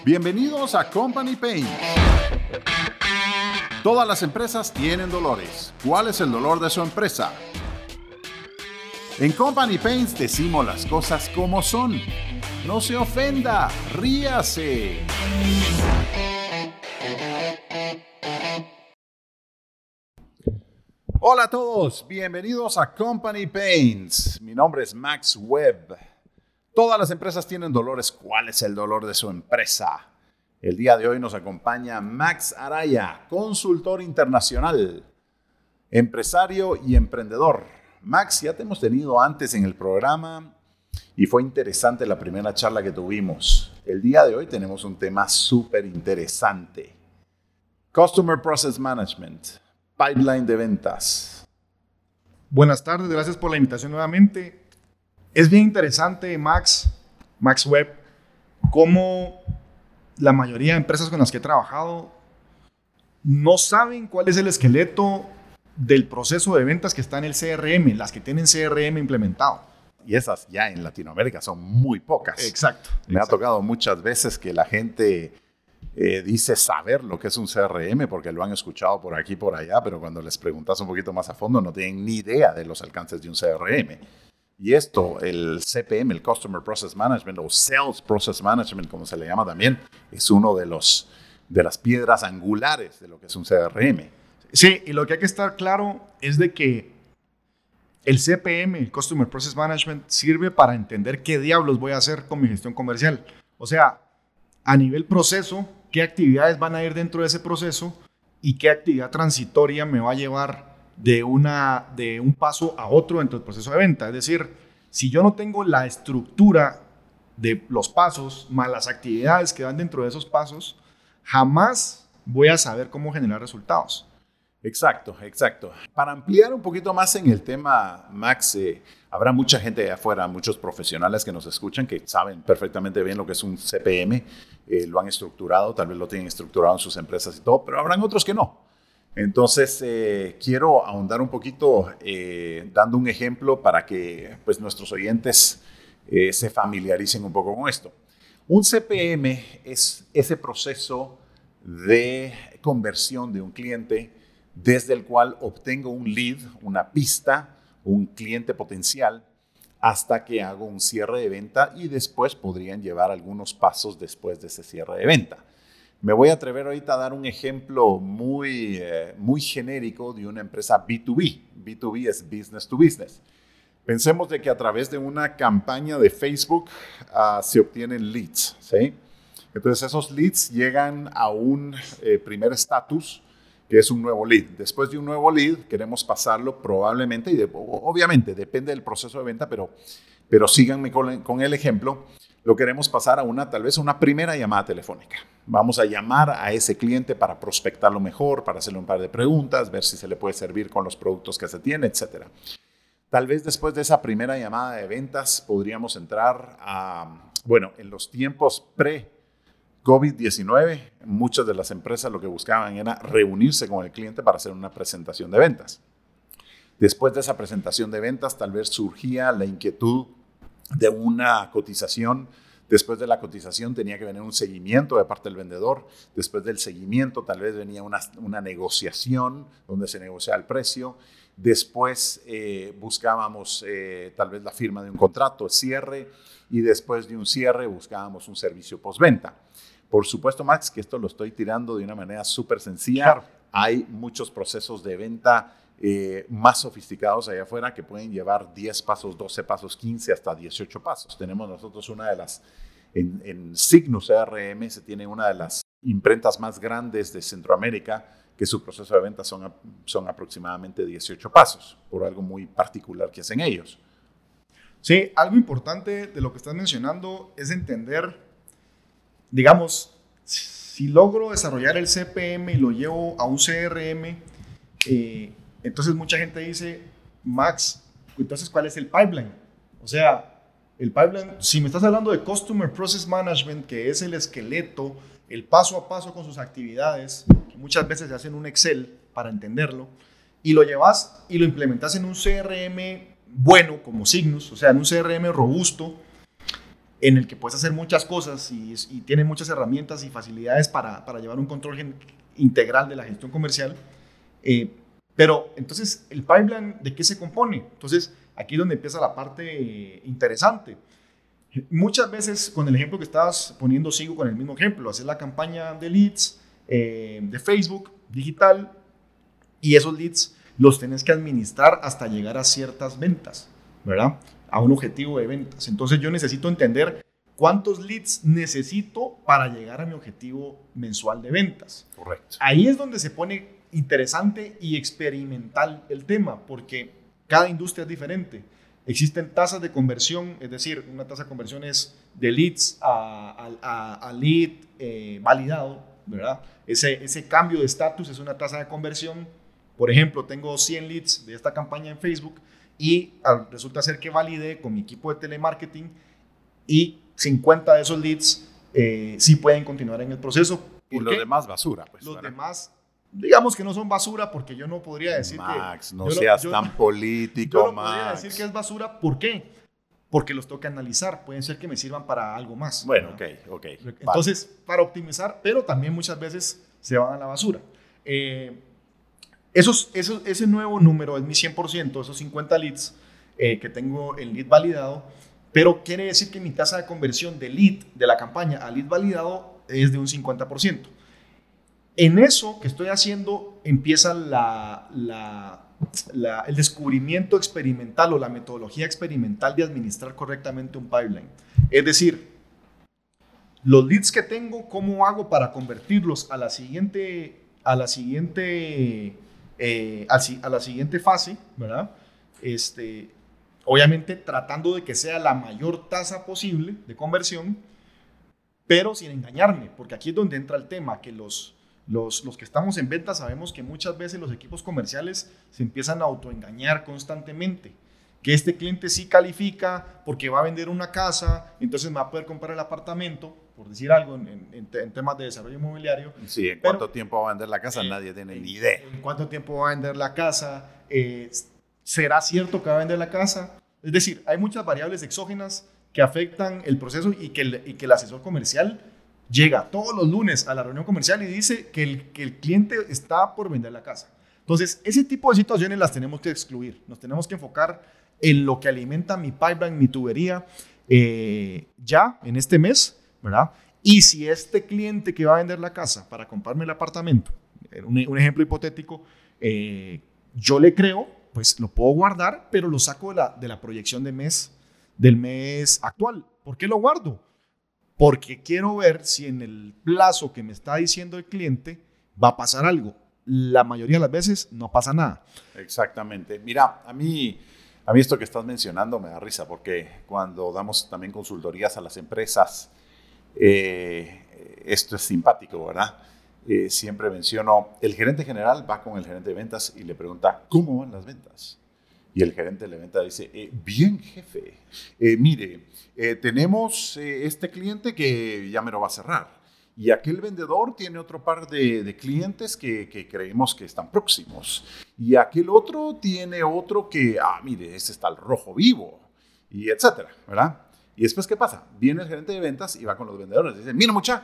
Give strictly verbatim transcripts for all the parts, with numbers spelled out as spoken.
Bienvenidos a Company Pain. Todas las empresas tienen dolores. ¿Cuál es el dolor de su empresa? En Company Pains decimos las cosas como son. No se ofenda, ríase. Hola a todos, bienvenidos a Company Pains. Mi nombre es Max Webb. Todas las empresas tienen dolores. ¿Cuál es el dolor de su empresa? El día de hoy nos acompaña Max Araya, consultor internacional, empresario y emprendedor. Max, ya te hemos tenido antes en el programa y fue interesante la primera charla que tuvimos. El día de hoy tenemos un tema súper interesante. Customer Process Management, pipeline de ventas. Buenas tardes, gracias por la invitación nuevamente. Es bien interesante, Max, Max Webb, cómo la mayoría de empresas con las que he trabajado no saben cuál es el esqueleto del proceso de ventas que está en el C R M, las que tienen C R M implementado. Y esas ya en Latinoamérica son muy pocas. Exacto. Me exacto. ha tocado muchas veces que la gente eh, dice saber lo que es un C R M porque lo han escuchado por aquí y por allá, pero cuando les preguntas un poquito más a fondo no tienen ni idea de los alcances de un C R M. Y esto, el C P M, el Customer Process Management o Sales Process Management, como se le llama también, es uno de, los, de las piedras angulares de lo que es un C R M. Sí, y lo que hay que estar claro es de que el C P M, el Customer Process Management, sirve para entender qué diablos voy a hacer con mi gestión comercial. O sea, a nivel proceso, qué actividades van a ir dentro de ese proceso y qué actividad transitoria me va a llevar de, una, de un paso a otro dentro del proceso de venta. Es decir, si yo no tengo la estructura de los pasos más las actividades que van dentro de esos pasos, jamás voy a saber cómo generar resultados. Exacto, exacto. Para ampliar un poquito más en el tema, Max, eh, habrá mucha gente allá afuera, muchos profesionales que nos escuchan que saben perfectamente bien lo que es un C P M, eh, lo han estructurado, tal vez lo tienen estructurado en sus empresas y todo, pero habrán otros que no. Entonces, eh, quiero ahondar un poquito eh, dando un ejemplo para que pues, nuestros oyentes eh, se familiaricen un poco con esto. Un C P M es ese proceso de conversión de un cliente desde el cual obtengo un lead, una pista, un cliente potencial, hasta que hago un cierre de venta y después podrían llevar algunos pasos después de ese cierre de venta. Me voy a atrever ahorita a dar un ejemplo muy, eh, muy genérico de una empresa B dos B. B dos B es business to business. Pensemos de que a través de una campaña de Facebook uh, se obtienen leads, ¿sí? Entonces esos leads llegan a un eh, primer estatus que es un nuevo lead. Después de un nuevo lead queremos pasarlo probablemente, y de, obviamente depende del proceso de venta, pero, pero síganme con, con el ejemplo, lo queremos pasar a una, tal vez una primera llamada telefónica. Vamos a llamar a ese cliente para prospectarlo mejor, para hacerle un par de preguntas, ver si se le puede servir con los productos que se tiene, etcétera. Tal vez después de esa primera llamada de ventas podríamos entrar a, bueno, en los tiempos pre-COVID diecinueve, muchas de las empresas lo que buscaban era reunirse con el cliente para hacer una presentación de ventas. Después de esa presentación de ventas, tal vez surgía la inquietud de una cotización. Después de la cotización tenía que venir un seguimiento de parte del vendedor. Después del seguimiento tal vez venía una, una negociación donde se negociaba el precio. Después eh, buscábamos eh, tal vez la firma de un contrato, cierre, y después de un cierre buscábamos un servicio postventa. Por supuesto, Max, que esto lo estoy tirando de una manera súper sencilla. Claro. Hay muchos procesos de venta Eh, más sofisticados allá afuera que pueden llevar diez pasos, doce pasos, quince, hasta dieciocho pasos. Tenemos nosotros una de las, en, en Signus C R M se tiene una de las imprentas más grandes de Centroamérica que su proceso de venta son, son aproximadamente dieciocho pasos, por algo muy particular que hacen ellos. Sí, algo importante de lo que estás mencionando es entender, digamos, si logro desarrollar el C P M y lo llevo a un C R M, eh, entonces mucha gente dice, Max, entonces ¿cuál es el pipeline? O sea, el pipeline, si me estás hablando de Customer Process Management, que es el esqueleto, el paso a paso con sus actividades, que muchas veces se hace en un Excel para entenderlo, y lo llevas y lo implementas en un C R M bueno como Signus, o sea, en un C R M robusto, en el que puedes hacer muchas cosas y, y tiene muchas herramientas y facilidades para, para llevar un control gen, integral de la gestión comercial. Eh, pero entonces, ¿el pipeline de qué se compone? Entonces, aquí es donde empieza la parte eh, interesante. Muchas veces, con el ejemplo que estabas poniendo, sigo con el mismo ejemplo. Hacer la campaña de leads eh, de Facebook digital y esos leads los tenés que administrar hasta llegar a ciertas ventas, ¿verdad? A un objetivo de ventas. Entonces yo necesito entender cuántos leads necesito para llegar a mi objetivo mensual de ventas. Correcto. Ahí es donde se pone interesante y experimental el tema, porque cada industria es diferente. Existen tasas de conversión, es decir, una tasa de conversión es de leads a, a, a, a lead eh, validado, ¿verdad? Ese, ese cambio de estatus es una tasa de conversión. Por ejemplo, tengo cien leads de esta campaña en Facebook y al, resulta ser que validé con mi equipo de telemarketing y cincuenta de esos leads eh, sí pueden continuar en el proceso. Y los demás basura, pues. Los ¿verdad? demás, digamos que no son basura, porque yo no podría decir Max, que... Max, no yo seas yo, tan político, Yo no Max. podría decir que es basura, ¿por qué? Porque los tengo que analizar, pueden ser que me sirvan para algo más. Bueno, ¿verdad? ok, ok. Entonces, vale. Para optimizar, pero también muchas veces se van a la basura. Eh, esos, esos, ese nuevo número es mi cien por ciento, esos cincuenta leads eh, que tengo el lead validado, pero quiere decir que mi tasa de conversión de lead de la campaña a lead validado es de un cincuenta por ciento. En eso que estoy haciendo empieza la, la, la, el descubrimiento experimental o la metodología experimental de administrar correctamente un pipeline. Es decir, los leads que tengo, ¿cómo hago para convertirlos a la siguiente, a la siguiente, eh, a, a la siguiente fase, ¿verdad? Este, obviamente tratando de que sea la mayor tasa posible de conversión, pero sin engañarme, porque aquí es donde entra el tema, que los Los, los que estamos en venta sabemos que muchas veces los equipos comerciales se empiezan a autoengañar constantemente. Que este cliente sí califica porque va a vender una casa, entonces me va a poder comprar el apartamento, por decir algo, en, en, en temas de desarrollo inmobiliario. Sí, ¿en Pero, cuánto tiempo va a vender la casa? Eh, Nadie tiene ni idea. ¿En cuánto tiempo va a vender la casa? Eh, ¿Será cierto que va a vender la casa? Es decir, hay muchas variables exógenas que afectan el proceso y que el, y que el asesor comercial llega todos los lunes a la reunión comercial y dice que el, que el cliente está por vender la casa. Entonces, ese tipo de situaciones las tenemos que excluir. Nos tenemos que enfocar en lo que alimenta mi pipeline, mi tubería, eh, ya en este mes, ¿verdad? Y si este cliente que va a vender la casa para comprarme el apartamento, un, un ejemplo hipotético, eh, yo le creo, pues lo puedo guardar, pero lo saco de la, de la proyección de mes, del mes actual. ¿Por qué lo guardo? Porque quiero ver si en el plazo que me está diciendo el cliente va a pasar algo. La mayoría de las veces no pasa nada. Exactamente. Mira, a mí, a mí esto que estás mencionando me da risa porque cuando damos también consultorías a las empresas, eh, esto es simpático, ¿verdad? Eh, siempre menciono, el gerente general va con el gerente de ventas y le pregunta, ¿cómo van las ventas? Y el gerente de venta dice, eh, bien jefe, eh, mire, eh, tenemos eh, este cliente que ya me lo va a cerrar. Y aquel vendedor tiene otro par de, de clientes que, que creemos que están próximos. Y aquel otro tiene otro que, ah, mire, ese está al rojo vivo. Y etcétera, ¿verdad? Y después, ¿qué pasa? Viene el gerente de ventas y va con los vendedores. Y dice, mira mucha,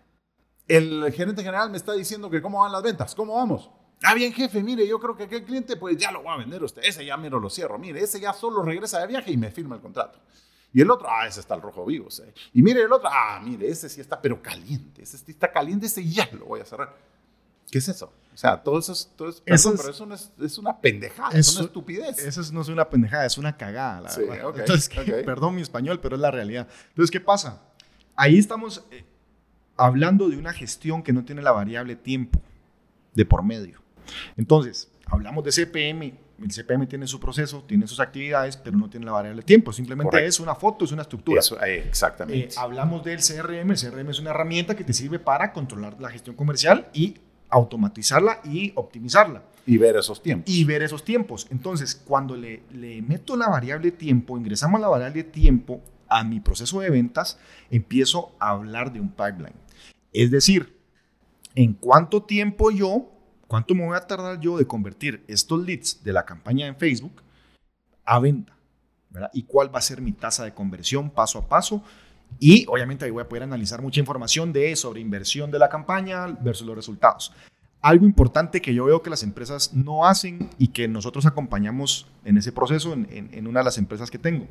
el gerente general me está diciendo que cómo van las ventas, ¿cómo vamos? Ah, bien, jefe, mire, yo creo que aquel cliente, pues ya lo va a vender usted. Ese ya, miro, lo cierro. Mire, ese ya solo regresa de viaje y me firma el contrato. Y el otro, ah, ese está al rojo vivo. ¿sí? Y mire el otro, ah, mire, ese sí está, pero caliente. Ese sí está caliente, ese ya lo voy a cerrar. ¿Qué es eso? O sea, todo eso es, todo es, perdón, eso es, pero eso no es, es una pendejada, eso, es una estupidez. Eso no es una pendejada, es una cagada, la sí, verdad. Okay, Entonces, okay. Perdón mi español, pero es la realidad. Entonces, ¿qué pasa? Ahí estamos eh, hablando de una gestión que no tiene la variable tiempo de por medio. Entonces, hablamos de C P M, el C P M tiene su proceso, tiene sus actividades, pero no tiene la variable tiempo, simplemente Correcto. Es una foto, es una estructura. Eso, eh, exactamente. Eh, hablamos del C R M, el C R M es una herramienta que te sirve para controlar la gestión comercial y automatizarla y optimizarla. Y ver esos tiempos. Y ver esos tiempos. Entonces, cuando le, le meto la variable tiempo, ingresamos la variable tiempo a mi proceso de ventas, empiezo a hablar de un pipeline. Es decir, en cuánto tiempo yo ¿Cuánto me voy a tardar yo de convertir estos leads de la campaña en Facebook a venta? ¿verdad? ¿Y cuál va a ser mi tasa de conversión paso a paso? Y obviamente ahí voy a poder analizar mucha información de sobre inversión de la campaña versus los resultados. Algo importante que yo veo que las empresas no hacen y que nosotros acompañamos en ese proceso en, en, en una de las empresas que tengo.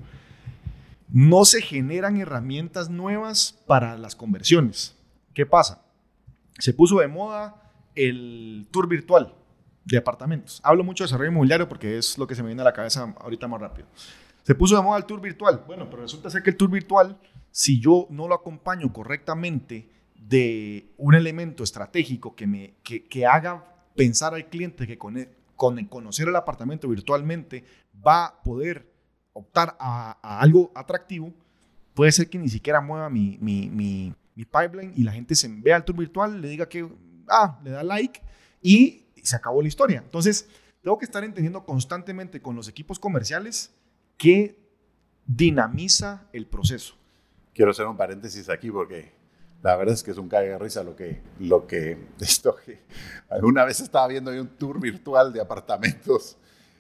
No se generan herramientas nuevas para las conversiones. ¿Qué pasa? Se puso de moda el tour virtual de apartamentos. Hablo mucho de desarrollo inmobiliario porque es lo que se me viene a la cabeza ahorita más rápido. Se puso de moda el tour virtual. Bueno, pero resulta ser que el tour virtual, si yo no lo acompaño correctamente de un elemento estratégico que, me, que, que haga pensar al cliente que con, con conocer el apartamento virtualmente va a poder optar a, a algo atractivo, puede ser que ni siquiera mueva mi, mi, mi, mi pipeline y la gente se vea el tour virtual, le diga que, ah, le da like y se acabó la historia. Entonces, tengo que estar entendiendo constantemente con los equipos comerciales qué dinamiza el proceso. Quiero hacer un paréntesis aquí porque la verdad es que es un cague de risa lo que, lo que esto, alguna vez estaba viendo yo un tour virtual de apartamentos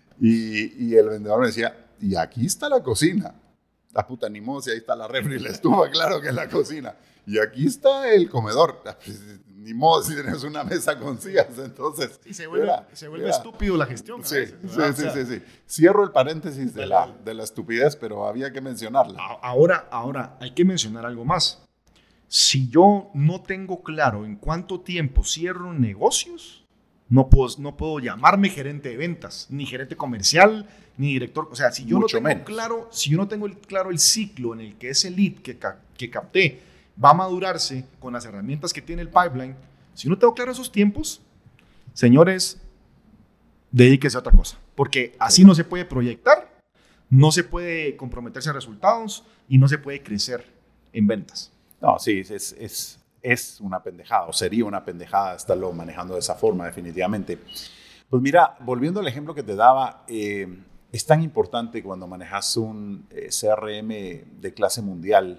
y, y el vendedor me decía, y aquí está la cocina. La puta, ni modo, si ahí está la refri y la estufa, claro que es la cocina. Y aquí está el comedor. Ni modo si tienes una mesa con sillas, entonces... Y se vuelve, era, se vuelve era, estúpido la gestión. Sí, veces, sí, sí, sí, sí. Cierro el paréntesis de la, de la estupidez, pero había que mencionarla. Ahora, ahora, hay que mencionar algo más. Si yo no tengo claro en cuánto tiempo cierro negocios, no puedo, no puedo llamarme gerente de ventas, ni gerente comercial, ni director. O sea, si yo Mucho no tengo menos. claro, si yo no tengo el, claro el ciclo en el que ese lead que, que capté va a madurarse con las herramientas que tiene el pipeline, si no tengo claro esos tiempos, señores, dedíquese a otra cosa. Porque así no se puede proyectar, no se puede comprometerse a resultados y no se puede crecer en ventas. No, sí, es, es, es una pendejada, o sería una pendejada estarlo manejando de esa forma, definitivamente. Pues mira, volviendo al ejemplo que te daba, eh, es tan importante cuando manejas un eh, C R M de clase mundial.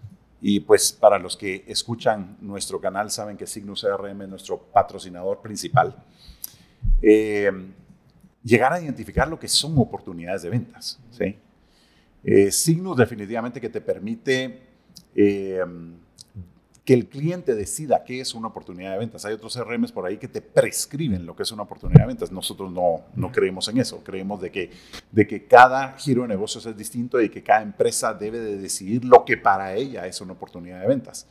Y pues para los que escuchan nuestro canal saben que Signus C R M es nuestro patrocinador principal. Eh, llegar a identificar lo que son oportunidades de ventas, ¿sí? Eh, Signus definitivamente que te permite eh, que el cliente decida qué es una oportunidad de ventas. Hay otros C R Ms por ahí que te prescriben lo que es una oportunidad de ventas. Nosotros no, no creemos en eso. Creemos de que, de que cada giro de negocios es distinto y que cada empresa debe de decidir lo que para ella es una oportunidad de ventas.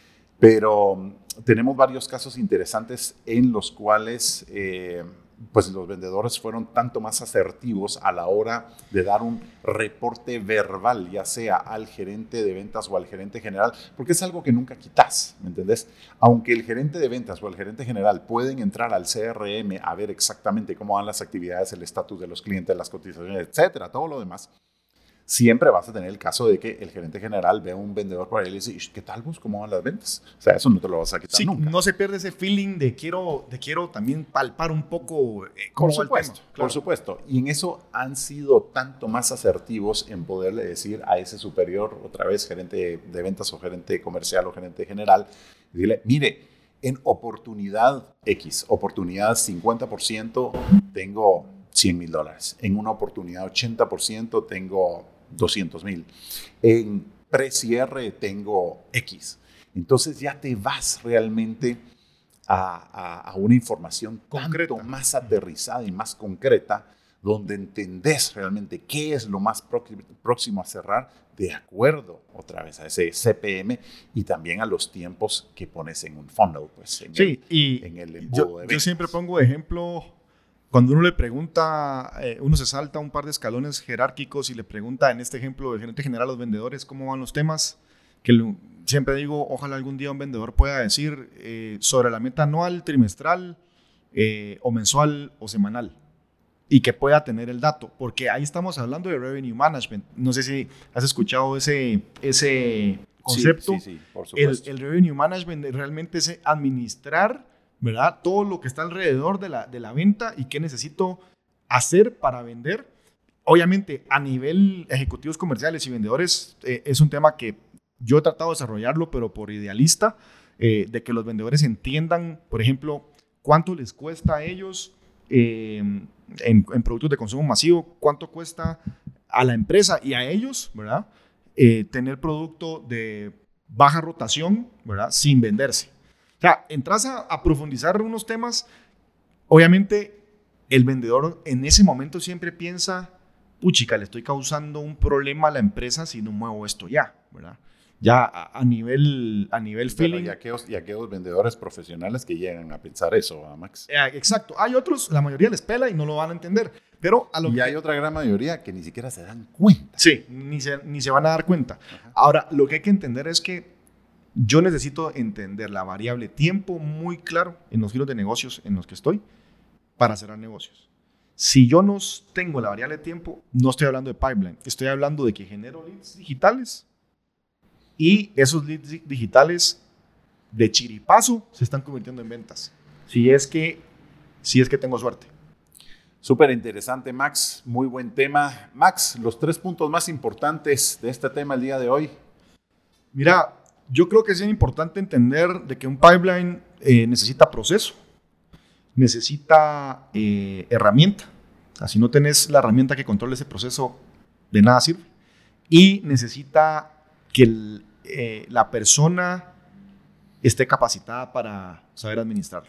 Pero tenemos varios casos interesantes en los cuales eh, pues los vendedores fueron tanto más asertivos a la hora de dar un reporte verbal, ya sea al gerente de ventas o al gerente general, porque es algo que nunca quitas, ¿me entendés? Aunque el gerente de ventas o el gerente general pueden entrar al C R M a ver exactamente cómo van las actividades, el estatus de los clientes, las cotizaciones, etcétera, todo lo demás, siempre vas a tener el caso de que el gerente general ve a un vendedor por ahí y le dice, ¿qué tal vos? ¿Cómo van las ventas? O sea, eso no te lo vas a quitar sí, nunca. No se pierde ese feeling de quiero, de quiero también palpar un poco eh, cómo va el tema. Claro. Por supuesto. Y en eso han sido tanto más asertivos en poderle decir a ese superior, otra vez gerente de ventas o gerente comercial o gerente general, decirle, mire, en oportunidad X, oportunidad cincuenta por ciento, tengo cien mil dólares. En una oportunidad ochenta por ciento, tengo doscientos mil. En pre-cierre tengo X. Entonces ya te vas realmente a, a, a una información concreta, más aterrizada y más concreta, donde entendés realmente qué es lo más próximo a cerrar de acuerdo otra vez a ese C P M y también a los tiempos que pones en un funnel. Pues, en sí, el, y en el yo, yo siempre pongo de ejemplo. Cuando uno le pregunta, eh, uno se salta un par de escalones jerárquicos y le pregunta, en este ejemplo, del gerente general a los vendedores, cómo van los temas, que lo, siempre digo, ojalá algún día un vendedor pueda decir eh, sobre la meta anual, trimestral, eh, o mensual o semanal, y que pueda tener el dato, porque ahí estamos hablando de revenue management. No sé si has escuchado ese, ese concepto. Sí, sí, sí, por supuesto. El, el revenue management realmente es administrar, ¿verdad? Todo lo que está alrededor de la, de la venta y qué necesito hacer para vender. Obviamente, a nivel ejecutivos comerciales y vendedores, eh, es un tema que yo he tratado de desarrollarlo, pero por idealista, eh, de que los vendedores entiendan, por ejemplo, cuánto les cuesta a ellos eh, en, en productos de consumo masivo, cuánto cuesta a la empresa y a ellos, ¿verdad? eh, tener producto de baja rotación, ¿verdad? Sin venderse. O sea, entras a, a profundizar unos temas, obviamente el vendedor en ese momento siempre piensa, puchica, le estoy causando un problema a la empresa si no muevo esto ya, ¿verdad? Ya a, a nivel, a nivel feeling. Bueno, y, aquellos, y aquellos vendedores profesionales que llegan a pensar eso, ¿verdad, Max? Eh, exacto. Hay otros, la mayoría les pela y no lo van a entender. Pero a lo y que, hay otra gran mayoría que ni siquiera se dan cuenta. Sí, ni se, ni se van a dar cuenta. Ajá. Ahora, lo que hay que entender es que yo necesito entender la variable tiempo muy claro en los giros de negocios en los que estoy para cerrar negocios. Si yo no tengo la variable tiempo, no estoy hablando de pipeline. Estoy hablando de que genero leads digitales y esos leads digitales de chiripazo se están convirtiendo en ventas. Si es que, si es que tengo suerte. Súper interesante, Max. Muy buen tema. Max, los tres puntos más importantes de este tema el día de hoy. Mira, yo creo que es importante entender de que un pipeline eh, necesita proceso, necesita eh, herramienta. O sea, si no tenés la herramienta que controle ese proceso, de nada sirve. Y necesita que el, eh, la persona esté capacitada para saber administrarlo.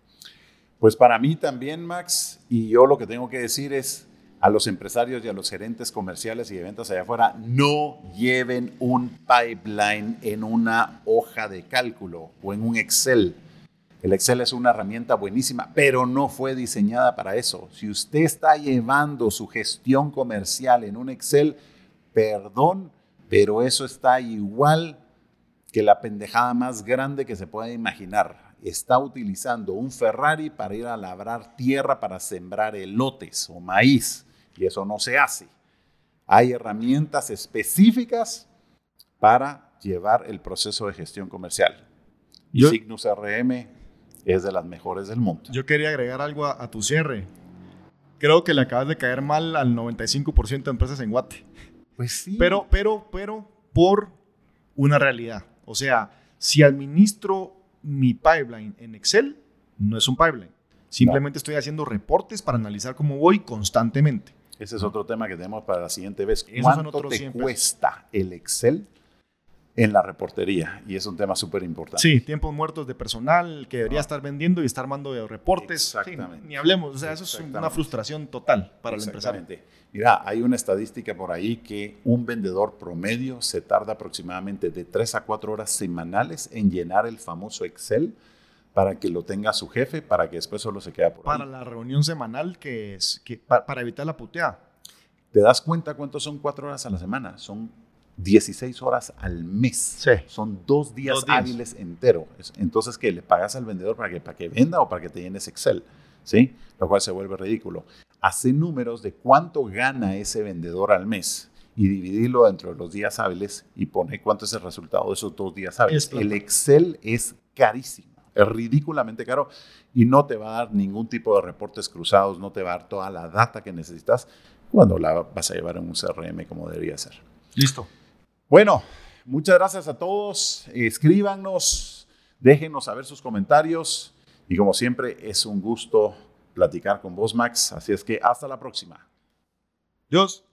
Pues para mí también, Max, y yo lo que tengo que decir es a los empresarios y a los gerentes comerciales y de ventas allá afuera, no lleven un pipeline en una hoja de cálculo o en un Excel. El Excel es una herramienta buenísima, pero no fue diseñada para eso. Si usted está llevando su gestión comercial en un Excel, perdón, pero eso está igual que la pendejada más grande que se puede imaginar. Está utilizando un Ferrari para ir a labrar tierra para sembrar elotes o maíz, y eso no se hace. Hay herramientas específicas para llevar el proceso de gestión comercial. Yo, Signus R M es de las mejores del mundo. Yo quería agregar algo a, a tu cierre. Creo que le acabas de caer mal al noventa y cinco por ciento de empresas en Guate. Pues sí. Pero, pero, pero, por una realidad. O sea, si administro mi pipeline en Excel, no es un pipeline. Simplemente no. Estoy haciendo reportes para analizar cómo voy constantemente. Ese es otro tema que tenemos para la siguiente vez. ¿Cuánto te cuesta el Excel en la reportería? Y es un tema súper importante. Sí, tiempos muertos de personal que debería ah. estar vendiendo y estar mandando reportes. Exactamente. Sí, ni hablemos. O sea, eso es una frustración total para el empresario. Mira, hay una estadística por ahí que un vendedor promedio se tarda aproximadamente de tres a cuatro horas semanales en llenar el famoso Excel para que lo tenga su jefe, para que después solo se quede por para ahí. Para la reunión semanal, que es que, para, para evitar la puteada. ¿Te das cuenta cuántos son cuatro horas a la semana? Son dieciséis horas al mes. Sí. Son dos días, dos días hábiles enteros. Entonces, ¿qué? ¿Le pagas al vendedor para que, para que venda o para que te llenes Excel? ¿Sí? Lo cual se vuelve ridículo. Hace números de cuánto gana ese vendedor al mes y dividirlo dentro de los días hábiles y pone cuánto es el resultado de esos dos días hábiles. El Excel es carísimo, es ridículamente caro y no te va a dar ningún tipo de reportes cruzados, no te va a dar toda la data que necesitas cuando la vas a llevar en un C R M como debería ser. Listo. Bueno, muchas gracias a todos. Escríbanos, déjenos saber sus comentarios y como siempre es un gusto platicar con vos, Max. Así es que hasta la próxima. Dios.